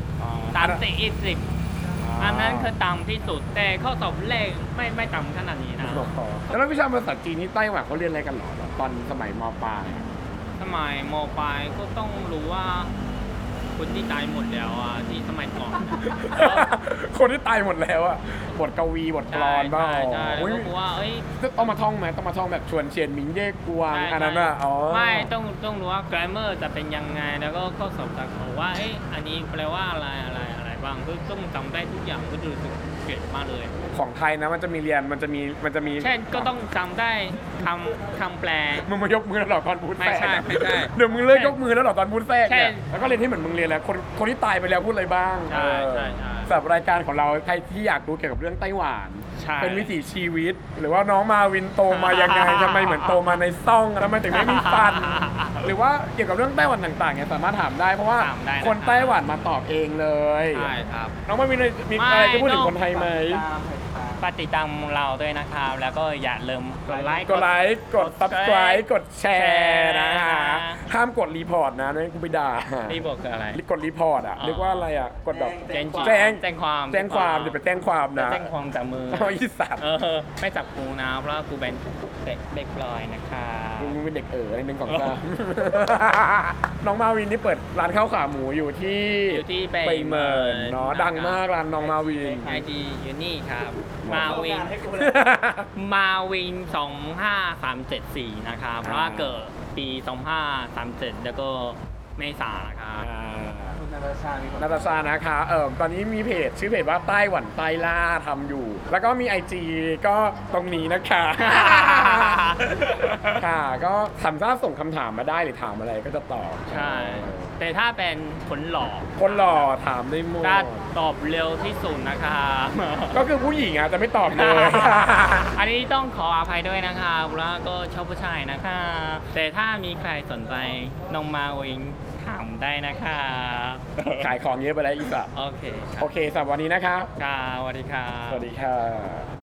30 อันนั้นคือต่ำที่สุด แต่ข้อสอบแรกไม่ต่ำขนาดนี้นะแล้ววิชาภาษาจีนที่ไต้หวันเขาเรียนอะไรกันหรอตอนสมัยมปลายสมัยมปลายก็ต้องรู้ว่าคนที่ตายหมดแล้วอ่ะที่สมัยก่อนคนที่ตายหมดแล้วอะบทกวีบทกลอนบ้างใช่แล้วก็บอกว่าเอ้ยต้องมาท่องไหมต้องมาท่องแบบชวนเชียนมิงเย่กวางอันนั้นอะอ๋อไม่ต้องรู้ว่า grammar จะเป็นยังไงแล้วก็ข้อสอบจะบอกว่าเอ้ยอันนี้แปลว่าอะไรบ้างก็ต้องจำได้ทุกอย่างก็รู้สึกเก่งมากเลยของไทยนะมันจะมีเรียนมันจะมีเช่นก็ต้องจำได้คำแปลมึงมายกมือแล้วหรอตอนพูดแทรกไม่ใช่เดี๋ยวมึงเลิกยกมือแล้วหรอตอนพูดแทรกเนี่ยใช่แล้วก็เรียนที่เหมือนมึงเรียนแล้วคนที่ตายไปแล้วพูดอะไรบ้างใช่สำหรับรายการของเราใครที่อยากรู้เกี่ยวกับเรื่องไต้หวันใช่เป็นวิถีชีวิต หรือว่าน้องมาวินโตมายังไงทำไมเหมือนโตมาในซ่องทำไมถึงไม่มีฟัน หรือว่าเกี่ยวกับเรื่องไต้หวันต่างๆเนี่ยสามารถถามได้เพราะว่าถามได้นะคนไต้หวันมาตอบเองเลยใช่ครับน้องมาวินมีอะไรจะพูดถึงคนไทยไหมฝากติดตามเราด้วยนะครับ แล้วก็อย่าลืมกดไลค์กดไลค์กด subscribe กดแชร์นะฮะห้ามกดรีพอร์ตนะไม่งั้นกูไปด่านี่บอกคืออะไรกดรีพอร์ตอ่ะอ๋อเรียกว่าอะไรอ่ะกดแบบแจ้งแจ้งแจ้งความเดี๋ยวไปแจ้งความนะแจ้งความจากมืออ๋ออีสัตว์ไม่จับกูนะ เพราะว่ากูเป็นเด็กปลอยนะคะมึงเป็นเด็กอะไรหนึ่งของซ่า น้องมาวินนี่เปิดร้านข้าวขาหมูอยู่ที่อยู่ที่ไปเมินเนาะดังมากร้านน้องมาวินไอจีอยู่นี่ครับ มาวิน มาวิน 25374 นะครับ เพราะว่าเกิดปี 2537 แล้วก็เมษานะครับตาชามีผลนาตาชานะคะตอนนี้มีเพจชื่อเพจว่าไต้หวันไต้ล่าทำอยู่ แล้วก็มี IG ก็ตรงนี้นะคะ ค่ะก็สามารถส่งคำถามมาได้หรือถามอะไรก็จะตอบใช่ แต่ถ้าเป็นคนหล่อคนหล่อถามได้หมดก็ตอบเร็วที่สุดนะคะก็คือผู้หญิงอ่ะจะไม่ตอบเลยอันนี้ต้องขออภัยด้วยนะคะแล้วก็ชอบผู้ชายนะคะ แต่ถ้ามีใครสนใจน้องมาวิงถามได้นะคะขายของเยอะไปแล้วอีกอ่ะโอเคครับโอเคสำหรับวันนี้นะคะค่ะสวัสดีค่ะสวัสดีค่ะ